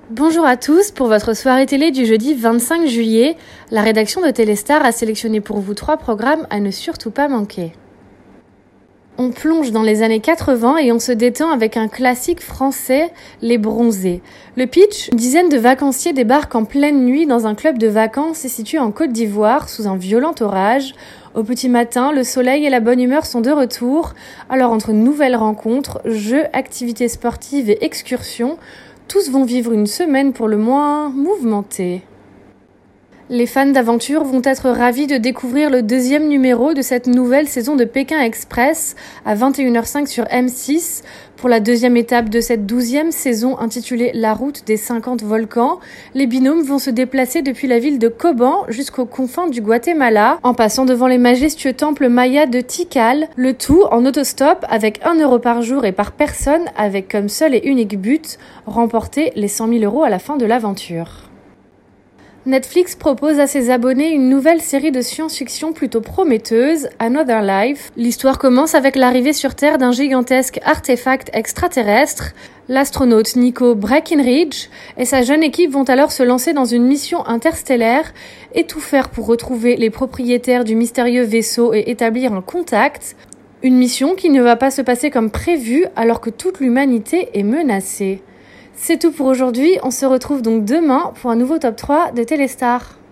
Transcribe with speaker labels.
Speaker 1: Bonjour à tous, pour votre soirée télé du jeudi 25 juillet, la rédaction de Téléstar a sélectionné pour vous 3 programmes à ne surtout pas manquer. On plonge dans les années 80 et on se détend avec un classique français, Les Bronzés. Le pitch, une dizaine de vacanciers débarquent en pleine nuit dans un club de vacances situé en Côte d'Ivoire sous un violent orage. Au petit matin, le soleil et la bonne humeur sont de retour. Alors entre nouvelles rencontres, jeux, activités sportives et excursions, tous vont vivre une semaine pour le moins mouvementée. Les fans d'aventure vont être ravis de découvrir le 2e numéro de cette nouvelle saison de Pékin Express à 21h05 sur M6 pour la 2e étape de cette 12e saison intitulée La route des 50 volcans. Les binômes vont se déplacer depuis la ville de Coban jusqu'aux confins du Guatemala en passant devant les majestueux temples mayas de Tikal, le tout en autostop avec 1 euro par jour et par personne avec comme seul et unique but remporter les 100 000 euros à la fin de l'aventure. Netflix propose à ses abonnés une nouvelle série de science-fiction plutôt prometteuse, Another Life. L'histoire commence avec l'arrivée sur Terre d'un gigantesque artefact extraterrestre. L'astronaute Nico Breckenridge et sa jeune équipe vont alors se lancer dans une mission interstellaire et tout faire pour retrouver les propriétaires du mystérieux vaisseau et établir un contact. Une mission qui ne va pas se passer comme prévu alors que toute l'humanité est menacée. C'est tout pour aujourd'hui, on se retrouve donc demain pour un nouveau top 3 de Téléstar.